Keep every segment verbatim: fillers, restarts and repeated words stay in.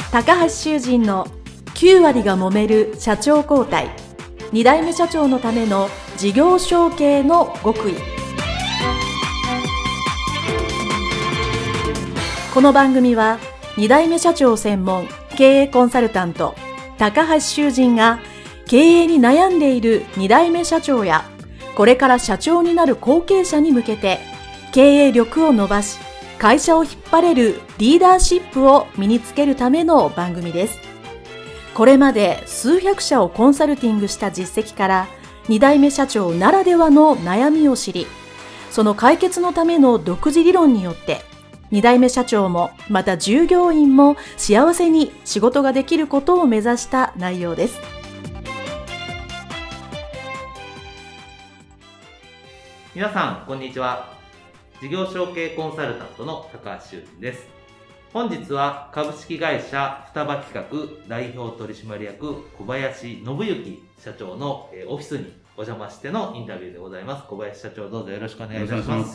高橋修人のきゅう割が揉める社長交代、に代目社長のための事業承継の極意。この番組はに代目社長専門経営コンサルタント高橋修人が経営に悩んでいるに代目社長やこれから社長になる後継者に向けて経営力を伸ばし会社を引っ張れるリーダーシップを身につけるための番組です。これまで数百社をコンサルティングした実績からに代目社長ならではの悩みを知り、その解決のための独自理論によってに代目社長もまた従業員も幸せに仕事ができることを目指した内容です。 皆さんこんにちは。事業承継コンサルタントの高橋修人です。本日は株式会社双葉企画代表取締役小林信之社長のオフィスにお邪魔してのインタビューでございます。小林社長、どうぞよろしくお願いいたします。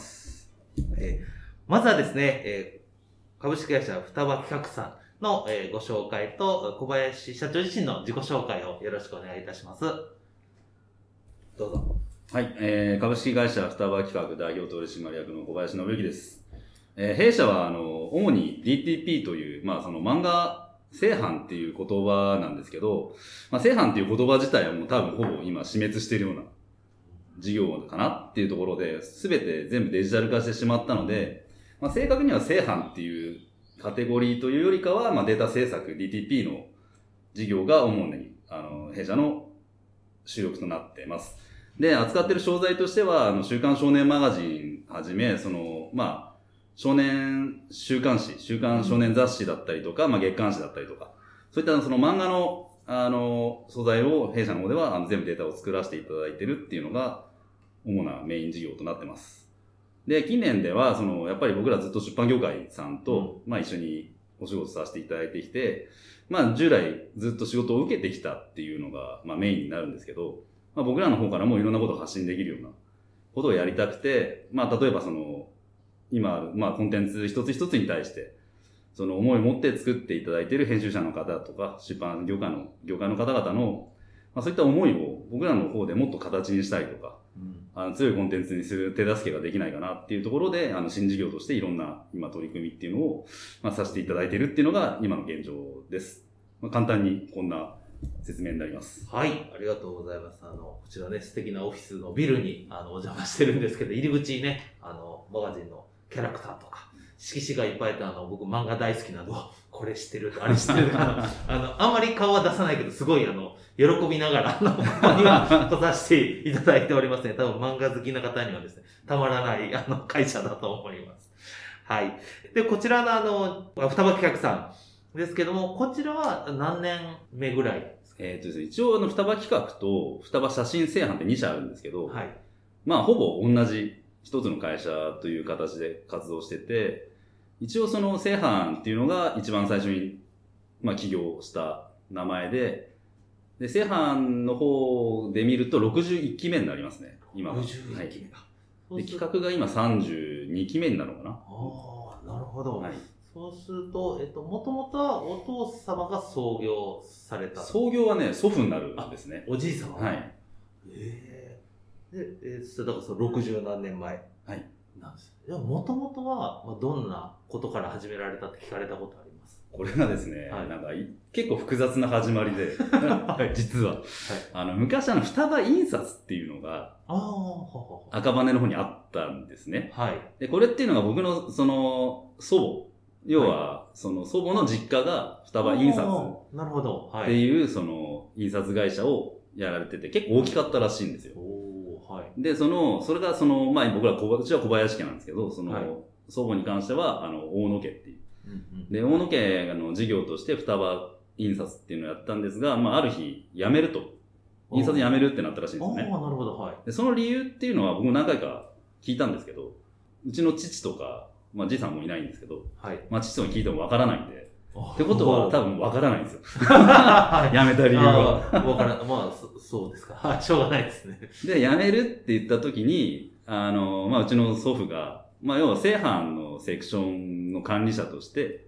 えー、まずはですね、えー、株式会社双葉企画さんの、えー、ご紹介と小林社長自身の自己紹介をよろしくお願いいたします。どうぞ。 はい、えー、株式会社双葉企画代表取締役の小林信之です。えー、弊社はあの主に ディーティーピー という、まあ、その漫画製版っていう言葉なんですけど、まあ、製版っていう言葉自体はもう多分ほぼ今死滅しているような事業かなっていうところで、全て全部デジタル化してしまったので、まあ、正確には製版っていうカテゴリーというよりかは、まあ、データ制作 ディーティーピー の事業が主にあの弊社の主力となっています。で、扱っている商材としては、あの、週刊少年マガジンはじめ、その、まあ、少年週刊誌、週刊少年雑誌だったりとか、まあ、月刊誌だったりとか、そういったその漫画の、あの、素材を弊社の方では、あの、全部データを作らせていただいているっていうのが、主なメイン事業となってます。で、近年では、その、やっぱり僕らずっと出版業界さんと、まあ、一緒にお仕事させていただいてきて、まあ、従来ずっと仕事を受けてきたっていうのが、まあ、メインになるんですけど、まあ、僕らの方からもいろんなことを発信できるようなことをやりたくて、まあ、例えばその、今ある、まあ、コンテンツ一つ一つに対して、その思いを持って作っていただいている編集者の方とか、出版業界の、業界の方々の、まあ、そういった思いを僕らの方でもっと形にしたいとか、うん、あの強いコンテンツにする手助けができないかなっていうところで、あの、新事業としていろんな今取り組みっていうのを、まあ、させていただいているっていうのが今の現状です。まあ、簡単にこんな説明になります。 はい、ありがとうございます。あの、こちらね、素敵なオフィスのビルに、あの、お邪魔してるんですけど、入り口にね、あの、マガジンのキャラクターとか、色紙がいっぱいあって、あの、僕漫画大好きなの、これ知ってるあれ知ってるかなあの、あんまり顔は出さないけど、すごいあの、喜びながら、あの、ここには来させていただいておりますね。多分漫画好きな方にはですね、たまらない、あの、会社だと思います。はい。で、こちらのあの、双葉企画さんですけども、こちらは何年目ぐらいえっとですね、一応あの、双葉企画と双葉写真製版ってに社あるんですけど、 はい。 まあ、ほぼ同じ一つの会社という形で活動してて、一応その製版っていうのが一番最初に、まあ、起業した名前で、で、製版の方で見るとろくじゅういっきめになりますね、今は。 ろくじゅういっきめが。 はい、で、企画が今さんじゅうにきめになるのかな。 ああ、なるほど。 はい。 そうすると、えっと、もともとはお父様が創業された。 創業はね、祖父になるんですね。 おじい様はい。 ええー。で、えー、だからそのろくじゅうなんねんまえ。 はい。 なんです。でも、もともとは、まあ、どんなことから始められたって聞かれたことあります？ これがですね、 はい、 なんか、結構複雑な始まりで、はい、実は。はい、あの、昔あの、双葉印刷っていうのが、赤羽の方にあったんですね。 はい。 で、これっていうのが僕の、その、祖母。要は、その祖母の実家が双葉印刷なるほど。 っていうその印刷会社をやられてて結構大きかったらしいんですよ。 はい、 で、その、それがその、まあ僕ら、うちは小林家なんですけど、その、はい、祖母に関しては、あの、大野家っていう。うんうん、で、大野家の事業として双葉印刷っていうのをやったんですが、まあある日辞めると。印刷辞めるってなったらしいんですよね。 ああ、なるほど。はい。 で、その理由っていうのは僕何回か聞いたんですけど、うちの父とか、まあ、じいさんもいないんですけど、はい。まあ、父とか聞いてもわからないんで。ってことは、多分わからないんですよ。辞めた理由は。 わからない。まあそ、そうですか。はい。しょうがないですね。 で、辞めるって言った時に、あの、まあ、うちの祖父が、まあ、要は、製版のセクションの管理者として、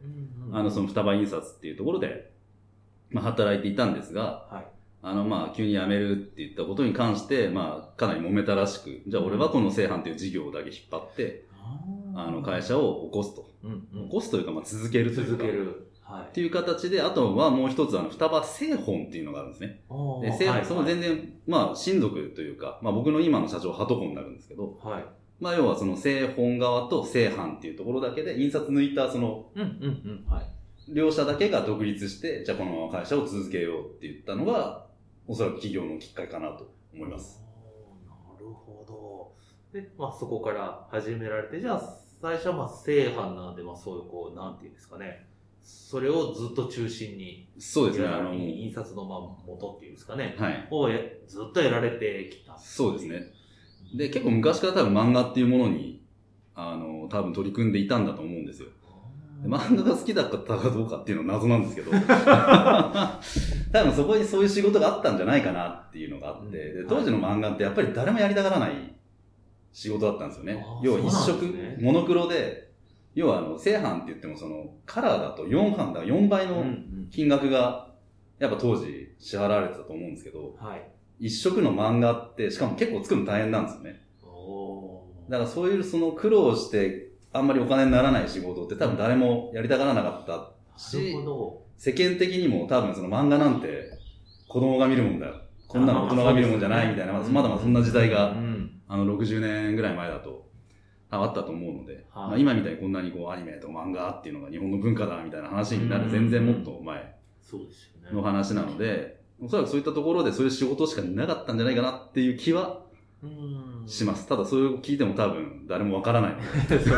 あの、その双葉印刷っていうところで、まあ、働いていたんですが、 はい。 あの、まあ、急に辞めるって言ったことに関して、まあ、かなり揉めたらしく、じゃあ俺はこの製版っていう事業だけ引っ張って、あの、会社を起こすと。 うんうん、 起こすというか、まあ、続けるというか。 続ける。はい。 っていう形で、あとはもう一つ、あの、双葉製本っていうのがあるんですね。で、製本、その全然、まあ、親族というか、まあ、僕の今の社長はハトコになるんですけど、 はい。 まあ、要はその製本側と製版っていうところだけで、印刷抜いたその、 うんうんうん。はい。 両者だけが独立して、じゃあこのまま会社を続けようって言ったのが、おそらく企業のきっかけかなと思います。 なるほど。で、まあそこから始められて、じゃあ最初はまあ製版なんで、まあそういうこう、なんていうんですかね。それをずっと中心に。 そうですね。あの、 印刷のまあ元っていうんですかね。 はい。 をずっとやられてきた。 そうですね。で、結構昔から多分漫画っていうものに、あの、多分取り組んでいたんだと思うんですよ。漫画が好きだったかどうかっていうのは謎なんですけど多分そこにそういう仕事があったんじゃないかなっていうのがあって、で当時の漫画ってやっぱり誰もやりたがらない仕事だったんですよね。要は一色、ね、モノクロで、要はあの正版って言ってもそのカラーだとよん版だよんばいの金額がやっぱ当時支払われてたと思うんですけど、はい、一色の漫画ってしかも結構作るの大変なんですよね。だからそういうその苦労してあんまりお金にならない仕事って多分誰もやりたがらなかったし、世間的にも多分その漫画なんて子供が見るもんだよ。こんなの大人が見るもんじゃないみたいな、まだまだそんな時代が、あのろくじゅうねんぐらい前だとあったと思うので、まあ、今みたいにこんなにこうアニメと漫画っていうのが日本の文化だみたいな話になる全然もっと前の話なので、おそらくそういったところでそういう仕事しかなかったんじゃないかなっていう気はします。ただそれを聞いても多分誰もわからないそうですね。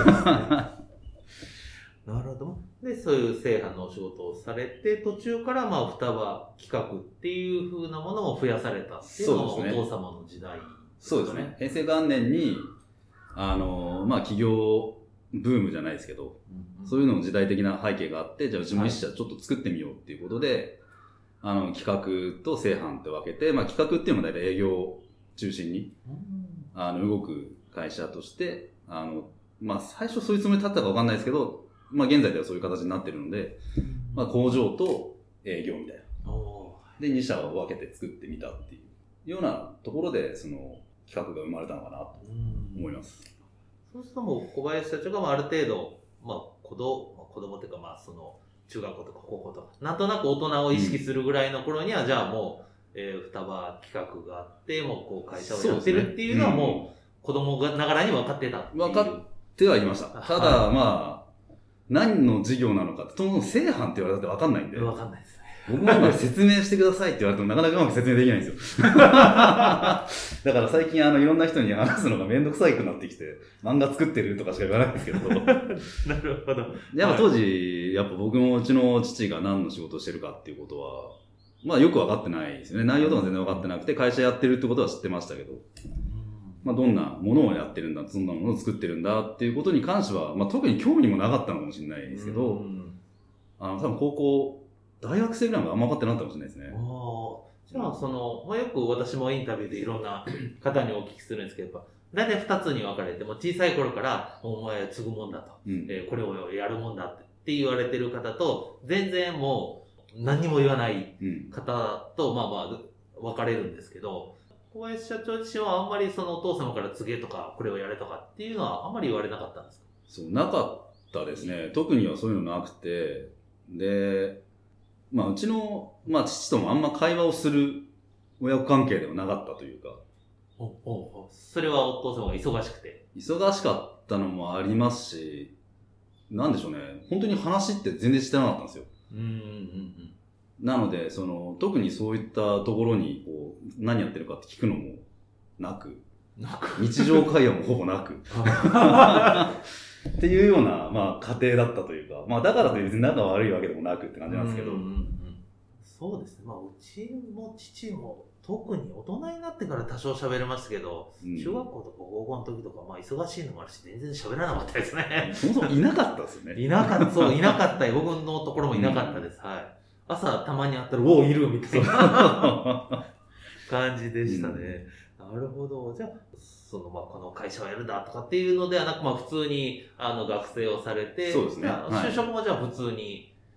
なるほど。で、そういう製版のお仕事をされて、途中からまあ双葉企画っていう風なものも増やされたっていうのがお父様の時代、ね、 そうですね。平成元年に、あの、まあ企業ブームじゃないですけど、うんうん、そういうのの時代的な背景があって、じゃあうちも一社ちょっと作ってみようっていうことで、はい、あの企画と製版って分けて、まあ企画っていうのは大体営業中心に、うん、あの動く会社として、あの、まあ最初そういうつもりだったか分かんないですけど、まあ現在ではそういう形になってるので、まあ工場と営業みたいな。で、に社を分けて作ってみたっていうようなところで、その企画が生まれたのかなと思います。 そうするともう小林社長がある程度、まあ子供、子供というかまあその中学校とか高校とか、なんとなく大人を意識するぐらいの頃には、うん、じゃあもう、えー、双葉企画があって、もうこう会社をやってるっていうのはもう子供ながらに分かってたっていう。 分かってはいました。ただ、はい、まあ、何の事業なのかって、とも製版って言われたって分かんないんで。 分かんないですね。 僕も今説明してくださいって言われてもなかなかうまく説明できないんですよ。だから最近あのいろんな人に話すのがめんどくさいくなってきて、漫画作ってるとかしか言わないんですけど。なるほど。 やっぱ当時、やっぱ僕もうちの父が何の仕事をしてるかっていうことは、まあよく分かってないですよね。内容とか全然分かってなくて、会社やってるってことは知ってましたけど。まあどんなものをやってるんだ、どんなものを作ってるんだっていうことに関しては、まあ特に興味もなかったのかもしれないですけど、あの多分高校、大学生ぐらいまであんま分かってなかったかもしれないですね。 あじゃあ、その、まあ、よく私もインタビューでいろんな方にお聞きするんですけど、大体二つに分かれて、も小さい頃から、お前継ぐもんだと、うんえー、これをやるもんだって言われてる方と、全然もう何にも言わない方と、うん、まあまあ、分かれるんですけど、小林社長自身はあんまりそのお父様から継げとか、これをやれとかっていうのはあんまり言われなかったんですか？ そう、なかったですね。特にはそういうのなくて、で、まあ、うちの、まあ、父ともあんま会話をする親子関係ではなかったというか。 おおおそれはお父様が忙しくて忙しかったのもありますし、なんでしょうね。本当に話って全然してなかったんですよ。うんうんうん、なので、その、特にそういったところに、こう、何やってるかって聞くのもなく、 なく日常会話もほぼなく。っていうような、まあ、家庭だったというか、まあ、だからといって別に仲悪いわけでもなくって感じなんですけど。うんうんうん、 そうですね。まあ、うちも父も、特に大人になってから多少喋れましたけど、うん、中学校とか高校の時とか、まあ、忙しいのもあるし、全然喋らなかったですね。 そもそもいなかったですよね。 いなかった、そう、いなかった。僕のところもいなかったです。うん、はい。朝、たまに会ったら、おお、いるみたいな感じでしたね。うん、なるほど。じゃあ、その、まあ、この会社をやるんだとかっていうのではなく、まあ、普通に、あの、学生をされて、 そうですね。 就職もじゃあ普通に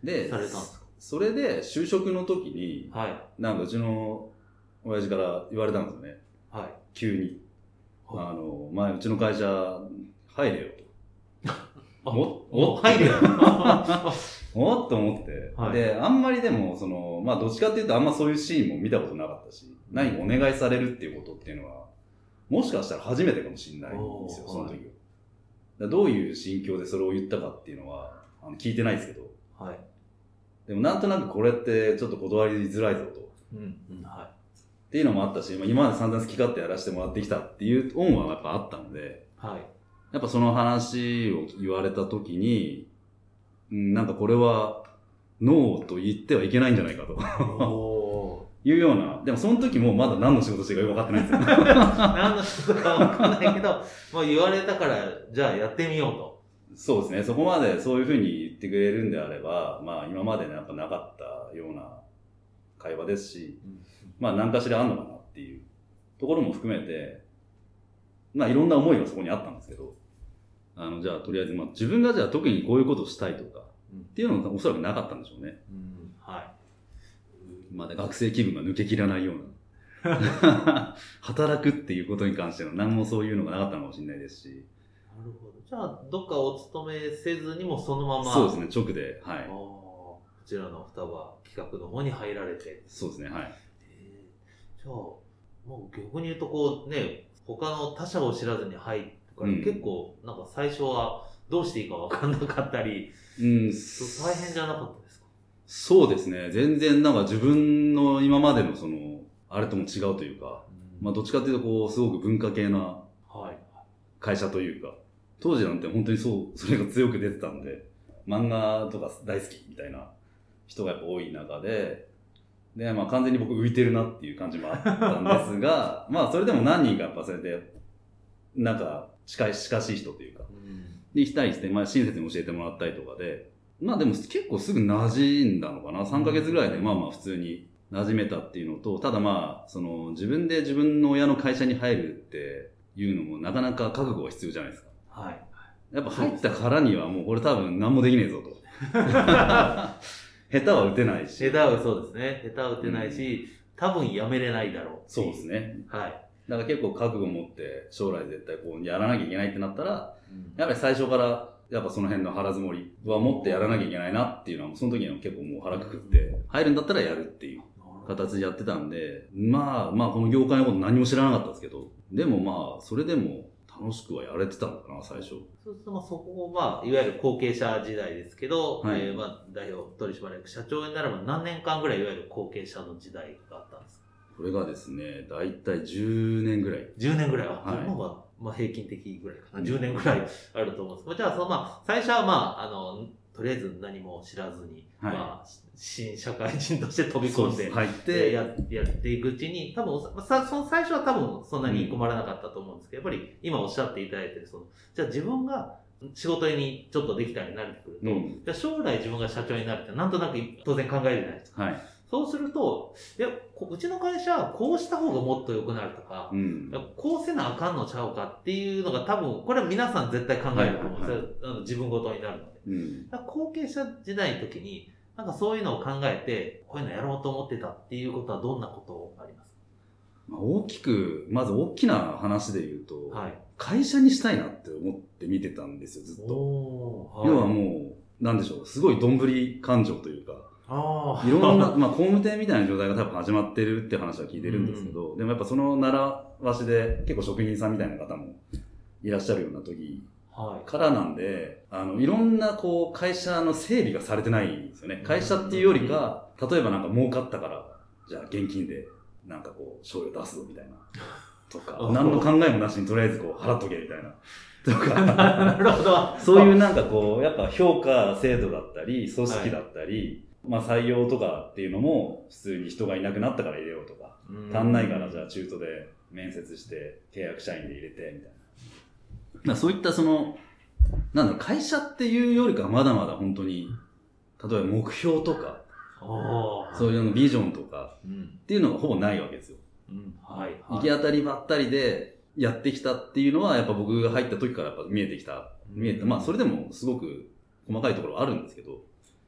で、 されたんですか？ それで就職の時に、 はい。 なんかうちの親父から言われたんですよね。 はい。 急に。 はいあの、前うちの会社入れよと。もお、入れよ。 おっと思って、 はい、 で、あんまりでも、その、まあ、どっちかっていうとあんまそういうシーンも見たことなかったし、何かお願いされるっていうことっていうのは、もしかしたら初めてかもしれないんですよ、その時は。どういう心境でそれを言ったかっていうのは、あの聞いてないですけど、 はい。 でもなんとなくこれってちょっと断りづらいぞと。 うん、うん、はい。 っていうのもあったし、まあ、今まで散々好き勝手やらせてもらってきたっていう恩はやっぱあったので、 はい。 やっぱその話を言われた時に、うん、なんかこれはノーと言ってはいけないんじゃないかというような、でもその時もまだ何の仕事してるか分かってないんですよ。 何の仕事か分かんないけど、まあ言われたからじゃあやってみようと。 そうですね。そこまでそういうふうに言ってくれるんであれば、まあ今までなんかなかったような会話ですし、うん、まあ何かしらあんのかなっていうところも含めて、まあいろんな思いがそこにあったんですけど、あの、じゃあとりあえず、まあ自分がじゃあ特にこういうことをしたいとか、っていうのもおそらくなかったんでしょうね。 うん、はい。 まだ学生気分が抜けきらないような。働くっていうことに関しての何もそういうのがなかったのかもしれないですし。 なるほど。じゃあ、どっかお勤めせずにもそのまま。 そうですね、直で。はい。 こちらの双葉企画の方に入られて。 そうですね、はい。 えー、じゃあ、もう逆に言うとこうね、他の他者を知らずに入ってから、うん、結構なんか最初はどうしていいか分かんなかったり、うん、大変じゃなかったですか？ そうですね。全然なんか自分の今までのその、あれとも違うというか、うん、まあどっちかっていうとこう、すごく文化系な会社というか、はい、当時なんて本当にそう、それが強く出てたんで、漫画とか大好きみたいな人がやっぱ多い中で、で、まあ完全に僕浮いてるなっていう感じもあったんですが、まあそれでも何人かやっぱそれで、なんか近い、近しい人というか、にしたりして、まあ親切に教えてもらったりとかで、まあでも結構すぐ馴染んだのかな。さんかげつぐらいでまあまあ普通に馴染めたっていうのと、ただまあ、その自分で自分の親の会社に入るっていうのもなかなか覚悟が必要じゃないですか。 はい。 やっぱ入ったからにはもうこれ多分何もできねえぞと。下手は打てないし。 下手はそうですね。下手は打てないし、うん、多分やめれないだろう。 そうですね。 はい。 だから結構覚悟を持って将来絶対こうやらなきゃいけないってなったら、うん、やっぱり最初からやっぱその辺の腹積もりは持ってやらなきゃいけないなっていうのはその時には結構もう腹くくって入るんだったらやるっていう形でやってたんで、まあまあこの業界のこと何も知らなかったんですけど、でもまあそれでも楽しくはやれてたのかな最初。 そうするとまあそこをまあいわゆる後継者時代ですけど、はい、えー、まあ代表取締役社長になれば何年間ぐらいいわゆる後継者の時代があったんですか？ これがですね、だいたいじゅうねんぐらい。 じゅうねんぐらいは、はい、まあ、まあ平均的ぐらいかな。じゅうねんぐらいあると思うんですけど、じゃあそのまあ、最初はまあ、あの、とりあえず何も知らずに、はい、まあ、新社会人として飛び込んで、 入ってや、やっていくうちに、多分、さその最初は多分そんなに困らなかったと思うんですけど、やっぱり今おっしゃっていただいてる、その、じゃあ自分が仕事にちょっとできたようになってくると、うん、じゃあ将来自分が社長になるってなんとなく当然考えるじゃないですか。はい、そうすると、いや、うちの会社はこうした方がもっと良くなるとか、うん、こうせなあかんのちゃうかっていうのが多分、これは皆さん絶対考えると思うんですよ。はいはい、自分ごとになるので。うん、後継者時代の時に、なんかそういうのを考えて、こういうのやろうと思ってたっていうことはどんなことありますか？ まあ、大きく、まず大きな話で言うと、はい、会社にしたいなって思って見てたんですよ、ずっと。はい、要はもう、なんでしょう、すごいどんぶり感情というか、あいろんな、まあ、工務店みたいな状態が多分始まってるって話は聞いてるんですけど、うん、でもやっぱその習わしで結構職人さんみたいな方もいらっしゃるような時からなんで、あの、いろんなこう会社の整備がされてないんですよね。会社っていうよりか、例えばなんか儲かったから、じゃあ現金でなんかこう、賞与出すぞみたいな。とか、何の考えもなしにとりあえずこう払っとけみたいな。とかなるほど。 そういうなんかこう、やっぱ評価制度だったり、組織だったり、はい、まあ採用とかっていうのも普通に人がいなくなったから入れようとか、足んないからじゃあ中途で面接して契約社員で入れてみたいな。まあそういったその、なんだろう、会社っていうよりかはまだまだ本当に、例えば目標とか、そういうのビジョンとかっていうのがほぼないわけですよ。うんはいはい、行き当たりばったりでやってきたっていうのはやっぱ僕が入った時からやっぱ見えてきた。見えた。まあそれでもすごく細かいところはあるんですけど、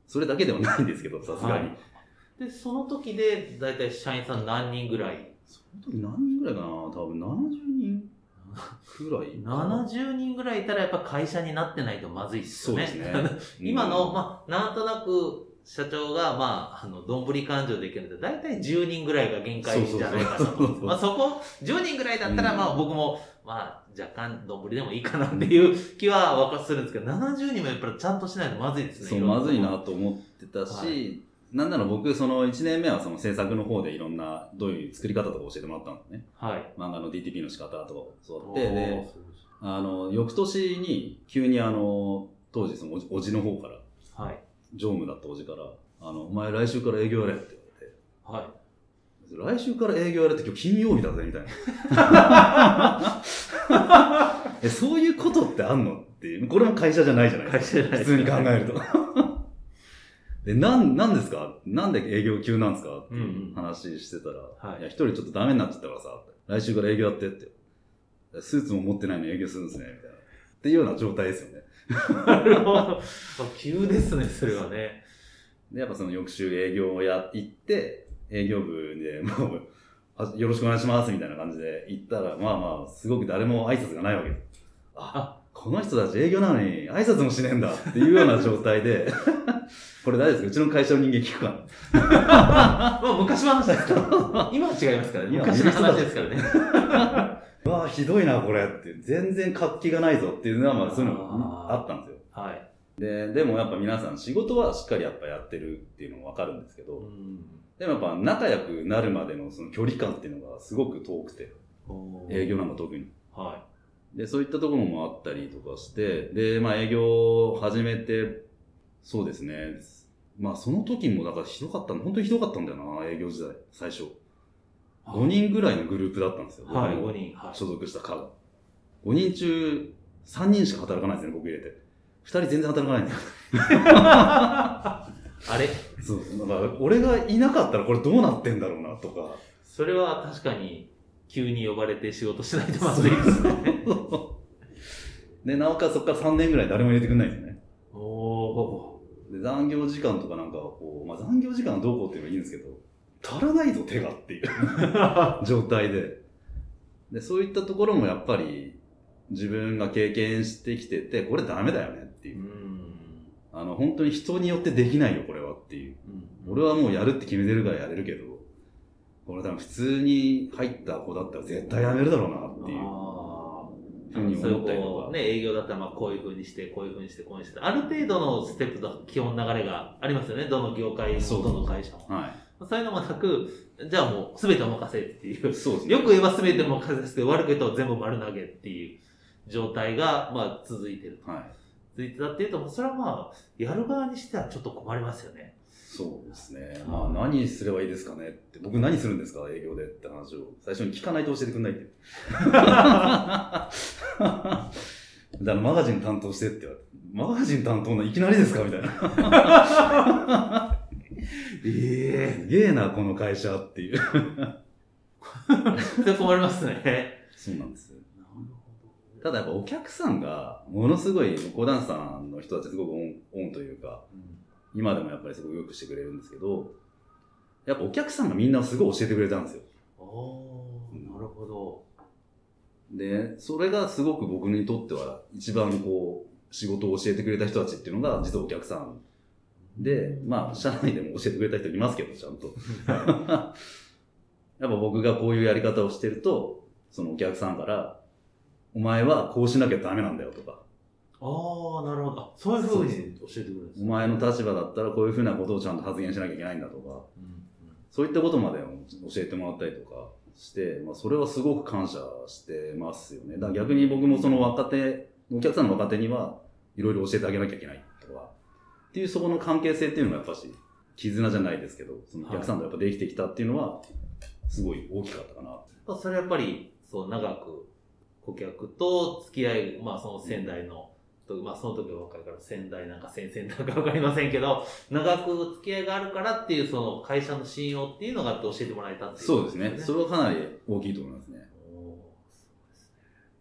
それだけではないんですけど、さすがに、はい。 で、その時で、だいたい社員さん何人ぐらい？ その時何人ぐらいかな、多分ななじゅうにんくらい。 ななじゅうにんぐらいいたらやっぱ会社になってないとまずいですよね。 そうですね。 今の、まあ、なんとなく、社長が、まあ、あの、どんぶり勘定できるので、だいたいじゅうにんぐらいが限界じゃないかなと。まあ、そこ、じゅうにんぐらいだったら、まあ、僕も、まあ、若干どんぶりでもいいかなっていう気はわかするんですけど、ななじゅうにんもやっぱりちゃんとしないとまずいですね。 そう、まずいなと思ってたし、はい、なんなら僕、そのいちねんめはその制作の方でいろんな、どういう作り方とか教えてもらったんですね。はい。漫画の ディーティーピー の仕方とかを教わって、で、あの、翌年に、急にあの、当時そのおじの方から、はい。常務だったおじから、あの、お前来週から営業やれって言われて。はい。来週から営業やれって今日金曜日だぜ、みたいな。え、そういうことってあんのっていう。これも会社じゃないじゃないですか。会社じゃない。普通に考えると。で、なん、なんですかなんで営業急なんですかっていう話してたら、うんうん、はい。いや、一人ちょっとダメになっちゃったからさ、来週から営業やってって。スーツも持ってないの営業するんですね、みたいな。っていうような状態ですよね。 なるほど。急ですね、それはね。 で、やっぱその翌週営業をや、行って、営業部でもう、よろしくお願いしますみたいな感じで行ったら、まあまあ、すごく誰も挨拶がないわけです。あ、あこの人たち営業なのに挨拶もしねえんだっていうような状態で、これ誰ですかうちの会社の人間聞くかなもう昔の話ですから。今は違いますからね。昔の話ですからね。 うわぁ、ひどいな、これって。全然活気がないぞっていうのは、まあそういうのあったんですよ。はい。で、でもやっぱ皆さん仕事はしっかりやっぱやってるっていうのもわかるんですけど、うん、でもやっぱ仲良くなるまでのその距離感っていうのがすごく遠くて、営業なんか特に。はい。で、そういったところもあったりとかして、で、まあ営業を始めて、そうですね。まあその時もだからひどかったの、本当にひどかったんだよな、営業時代、最初。ごにんぐらいのグループだったんですよ。 はい、ごにん。はい、 所属した課が。ごにん中さんにんしか働かないですね、僕入れて。ふたり全然働かないんですよ。 あれそう。だから俺がいなかったらこれどうなってんだろうな、とか。 それは確かに、急に呼ばれて仕事しないとまずいですね。 で、なおかつそこからさんねんぐらい誰も入れてくれないんですよね。 おー。で、残業時間とかなんかこう、まあ残業時間はどうこうっていうのはいいんですけど、足らないぞ手がっていう状態で。で、そういったところもやっぱり自分が経験してきてて、これダメだよねっていう。うんあの、本当に人によってできないよ、これはっていう。うん、俺はもうやるって決めてるからやれるけど、これ多分普通に入った子だったら絶対やめるだろうなっていう。ふうに思ったりとか。 ね、営業だったらまあこういう風にして、こういう風にして、こういう風にして、ある程度のステップと基本流れがありますよね。どの業界も、どの会社も。はい。そういうのもなく、じゃあもう全てお任せっていう。そうですね。よく言えば全てお任せですけど、悪く言うと全部丸投げっていう状態が、まあ続いてると。はい。続いてたっていうと、それはまあ、やる側にしてはちょっと困りますよね。 そうですね。まあ何すればいいですかねって、僕何するんですか営業でって話を最初に聞かないと教えてくんないって。だからマガジン担当してって言われて、マガジン担当のいきなりですかみたいな。ええー、すげえな、この会社っていう。 それ困りますね。 そうなんです。ただやっぱお客さんが、ものすごい、講談師さんの人たちすごくオン、オンというか、うん、今でもやっぱりすごくよくしてくれるんですけど、やっぱお客さんがみんなすごい教えてくれたんですよ。 ああ、なるほど。 で、それがすごく僕にとっては一番こう、仕事を教えてくれた人たちっていうのが実はお客さん。で、まあ、社内でも教えてくれた人いますけど、ちゃんと。やっぱ僕がこういうやり方をしてると、そのお客さんから、お前はこうしなきゃダメなんだよとか。 ああ、なるほど。そういう風に教えてくれるんです、 ね。お前の立場だったらこういう風なことをちゃんと発言しなきゃいけないんだとか、うんうん、そういったことまで教えてもらったりとかして、まあ、それはすごく感謝してますよね。だから逆に僕もその若手、お客さんの若手にはいろいろ教えてあげなきゃいけないとか、っていうそこの関係性っていうのもやっぱし、絆じゃないですけど、そのお客さんとやっぱできてきたっていうのは、すごい大きかったかな。 はい、それやっぱり、そう長く顧客と付き合い、まあその先代の、うん、まあその時は若いから先代なんか先々代かわかりませんけど、長く付き合いがあるからっていうその会社の信用っていうのがあって教えてもらえたっていう、 ね。そうですね。それはかなり大きいと思いますね。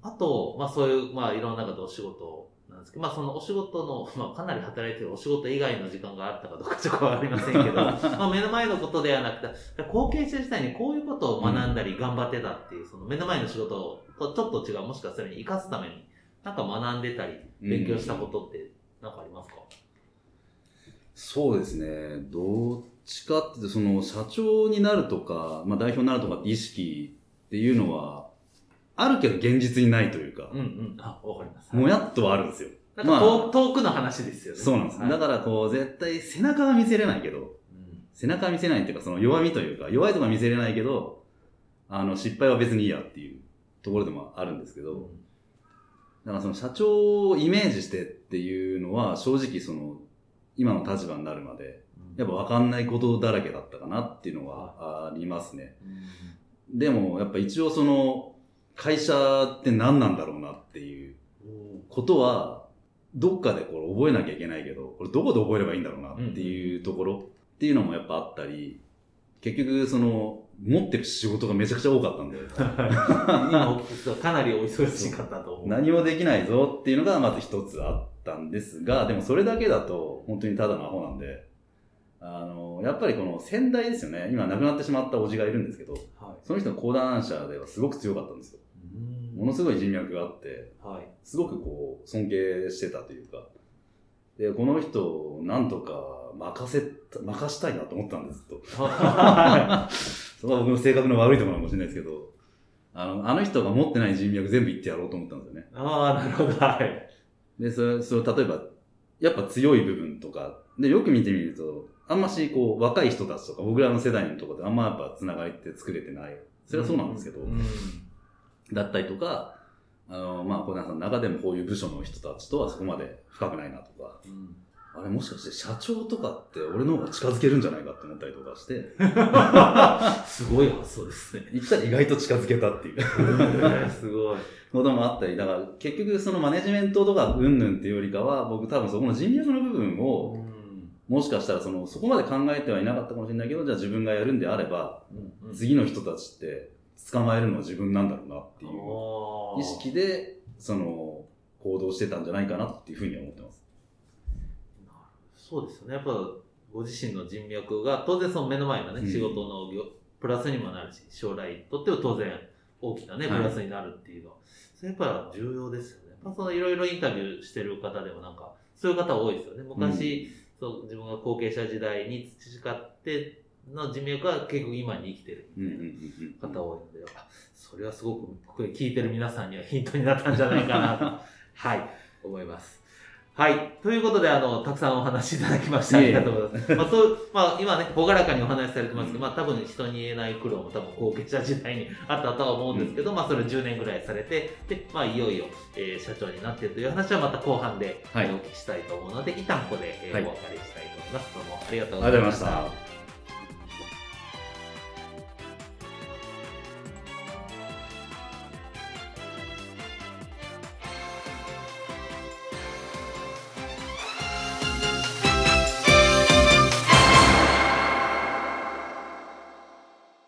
あと、まあそういう、まあいろんな方お仕事なんですけど、まあそのお仕事の、まあかなり働いてるお仕事以外の時間があったかどうかちょっとわかりませんけど、まあ目の前のことではなくて、後継者時代にこういうことを学んだり頑張ってたっていう、その目の前の仕事とちょっと違う、もしくはそれに活かすために、なんか学んでたり、勉強したことってなんかありますか？ そうですね。どっちかっていうと、その社長になるとか、まあ代表になるとかって意識っていうのは、あるけど現実にないというか。 うんうん。あ、わかります。 もやっとはあるんですよ。 なんか遠、まあ、遠くの話ですよね。 そうなんです。はい、だからこう、絶対背中は見せれないけど、うん、背中は見せないっていうか、その弱みというか、弱いとこは見せれないけど、あの、失敗は別にいいやっていうところでもあるんですけど、うん、だからその社長をイメージしてっていうのは、正直その、今の立場になるまで、やっぱ分かんないことだらけだったかなっていうのはありますね。うん、でも、やっぱ一応その、会社って何なんだろうなっていうことは、どっかでこれ覚えなきゃいけないけど、これどこで覚えればいいんだろうなっていうところっていうのもやっぱあったり、結局その、持ってる仕事がめちゃくちゃ多かったんで。 今かなりお忙しかったと思う。 何もできないぞっていうのがまず一つあったんですが、でもそれだけだと本当にただのアホなんで、あの、やっぱりこの先代ですよね。今亡くなってしまったおじがいるんですけど、はい、その人の講談社ではすごく強かったんですよ。ものすごい人脈があって、はい、すごくこう尊敬してたというか、で、この人をなんとか任せ、任したいなと思ったんですと。そこは僕の性格の悪いところかもしれないですけど、あの、あの人が持ってない人脈全部言ってやろうと思ったんですよね。 ああ、なるほど。はい。 で、それ、それ、例えば、やっぱ強い部分とか、で、よく見てみると、あんましこう、若い人たちとか、僕らの世代のところであんまやっぱつながりって作れてない。それはそうなんですけど、うんうん、だったりとか、あの、まあ、小田さんの中でもこういう部署の人たちとはそこまで深くないなとか、うん、あれもしかして社長とかって俺の方が近づけるんじゃないかって思ったりとかして、 すごい発想ですね。 言ったら意外と近づけたっていう。 すごい。 こともあったり、だから結局そのマネジメントとかうんぬんっていうよりかは、僕多分そこの人脈の部分を、もしかしたらその、そこまで考えてはいなかったかもしれないけど、じゃあ自分がやるんであれば、うんうん、次の人たちって捕まえるのは自分なんだろうなっていう意識で、その、行動してたんじゃないかなっていうふうに思ってます。 そうですよね。やっぱご自身の人脈が当然その目の前のね、うん、仕事のプラスにもなるし、将来にとっては当然大きなね、プラスになるっていうのは、はい、それやっぱ重要ですよね。やっぱそのいろいろインタビューしてる方でもなんか、そういう方多いですよね。昔、うん、そう自分が後継者時代に培っての人脈が結構今に生きてるみたいな方多いので、それはすごくここで聞いてる皆さんにはヒントになったんじゃないかなと、はい、思います。はい。ということで、あの、たくさんお話しいただきました。ありがとうございます。まあ、そう、まあ、今ね、ほがらかにお話しされてますけど、まあ、多分人に言えない苦労も多分後継者時代にあったとは思うんですけど、うん、まあ、それじゅうねんぐらいされて、で、まあ、いよいよ、えー、社長になっているという話はまた後半で、はい、お聞きしたいと思うので、一旦ここで、えーはい、お別れしたいと思います。どうもありがとうございました。